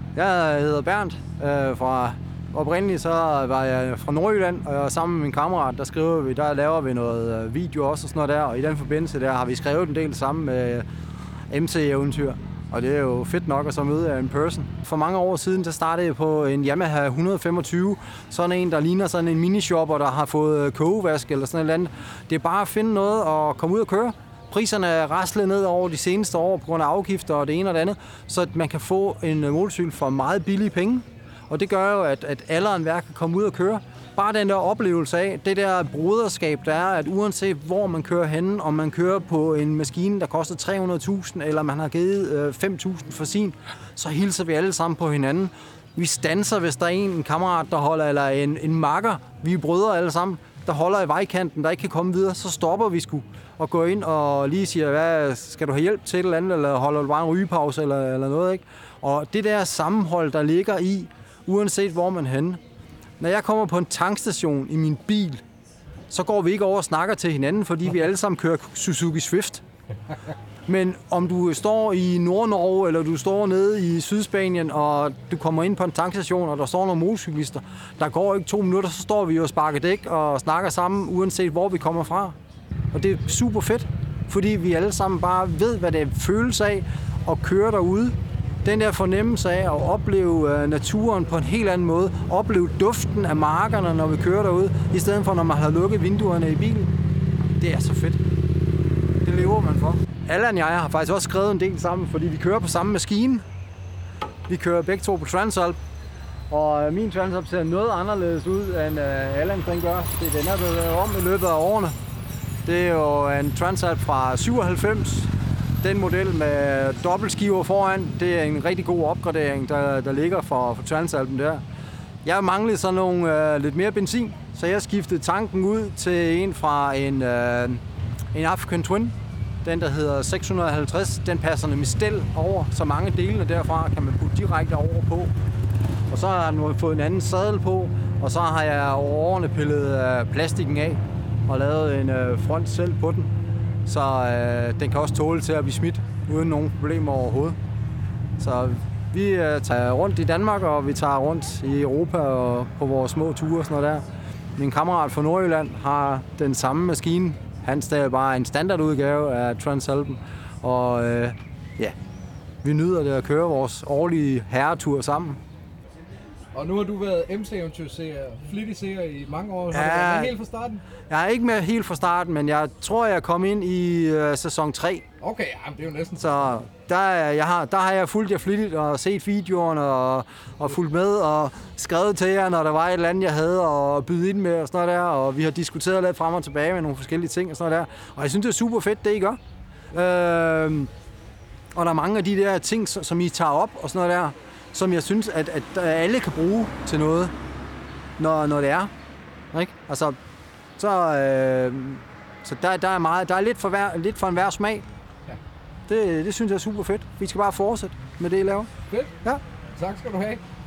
Jeg hedder Bernd. Oprindeligt så var jeg fra Nordjylland, og sammen med min kammerat, der laver vi noget video også og sådan noget der. Og i den forbindelse der har vi skrevet en del sammen med MC-eventyr. Og det er jo fedt nok at så møde en person. For mange år siden, der startede jeg på en Yamaha 125. Sådan en, der ligner sådan en minishopper, der har fået kogevask eller sådan et eller andet. Det er bare at finde noget og komme ud og køre. Priserne er raslet ned over de seneste år på grund af afgifter og det ene og det andet, så at man kan få en motorcykel for meget billige penge. Og det gør jo, at alle og enhver kan komme ud og køre. Bare den der oplevelse af, det der broderskab, der er, at uanset hvor man kører henne, om man kører på en maskine, der koster 300.000, eller man har givet 5.000 for sin, så hilser vi alle sammen på hinanden. Vi standser, hvis der er en kammerat, der holder, eller en makker, vi er brødre alle sammen, der holder i vejkanten, der ikke kan komme videre, så stopper vi sgu og går ind og lige siger, hvad, skal du have hjælp til et eller andet, eller holder du bare en rygepause eller noget, ikke? Og det der sammenhold, der ligger i, uanset hvor man er henne. Når jeg kommer på en tankstation i min bil, så går vi ikke over og snakker til hinanden, fordi vi alle sammen kører Suzuki Swift. Men om du står i Nord-Norge, eller du står nede i Sydspanien, og du kommer ind på en tankstation, og der står nogle motorcyklister, der går ikke 2 minutter, så står vi jo og sparker dæk og snakker sammen, uanset hvor vi kommer fra. Og det er super fedt, fordi vi alle sammen bare ved, hvad det føles af at køre derude. Den der fornemmelse af at opleve naturen på en helt anden måde. Opleve duften af markerne, når vi kører derude, i stedet for, når man har lukket vinduerne i bilen. Det er så fedt. Det lever man for. Allan og jeg har faktisk også skrevet en del sammen, fordi vi kører på samme maskine. Vi kører begge to på Transalp. Og min Transalp ser noget anderledes ud, end Allan den gør. Den er blevet om i løbet af årene. Det er jo en Transalp fra 97. Den model med dobbeltskiver foran, det er en rigtig god opgradering, der ligger for Transalpen der. Jeg manglede så nogle lidt mere benzin, så jeg skiftede tanken ud til en fra en African Twin. Den, der hedder 650, den passer nemlig stel over, så mange delene derfra kan man putte direkte over på. Og så har den fået en anden sadel på, og så har jeg over årene pillet plastikken af og lavet en front selv på den. Så den kan også tåle til at blive smidt uden nogen problemer overhovedet. Så vi tager rundt i Danmark, og vi tager rundt i Europa og på vores små ture og sådan noget der. Min kammerat fra Nordjylland har den samme maskine. Hans er bare en standardudgave af Transalpen. Og vi nyder det at køre vores årlige herretur sammen. Og nu har du været MC-eventyrseer, flittig seer i mange år. Har du været med helt fra starten? Jeg er ikke med helt fra starten, men jeg tror, jeg kom ind i sæson 3. Okay, ja, det er jo næsten. Så der har jeg fulgt jer flittigt og set videoerne og fulgt med og skrevet til jer, når der var et eller andet, jeg havde at byde ind med og sådan noget der. Og vi har diskuteret lidt frem og tilbage med nogle forskellige ting og sådan noget der. Og jeg synes, det er super fedt, det I gør. Og der er mange af de der ting, som I tager op og sådan noget der, som jeg synes, at alle kan bruge til noget, når det er. Ikke? Altså, så der er meget, der er lidt for enhver smag. Ja. Det synes jeg er super fedt. Vi skal bare fortsætte med det, I laver. Fedt. Ja. Tak skal du have.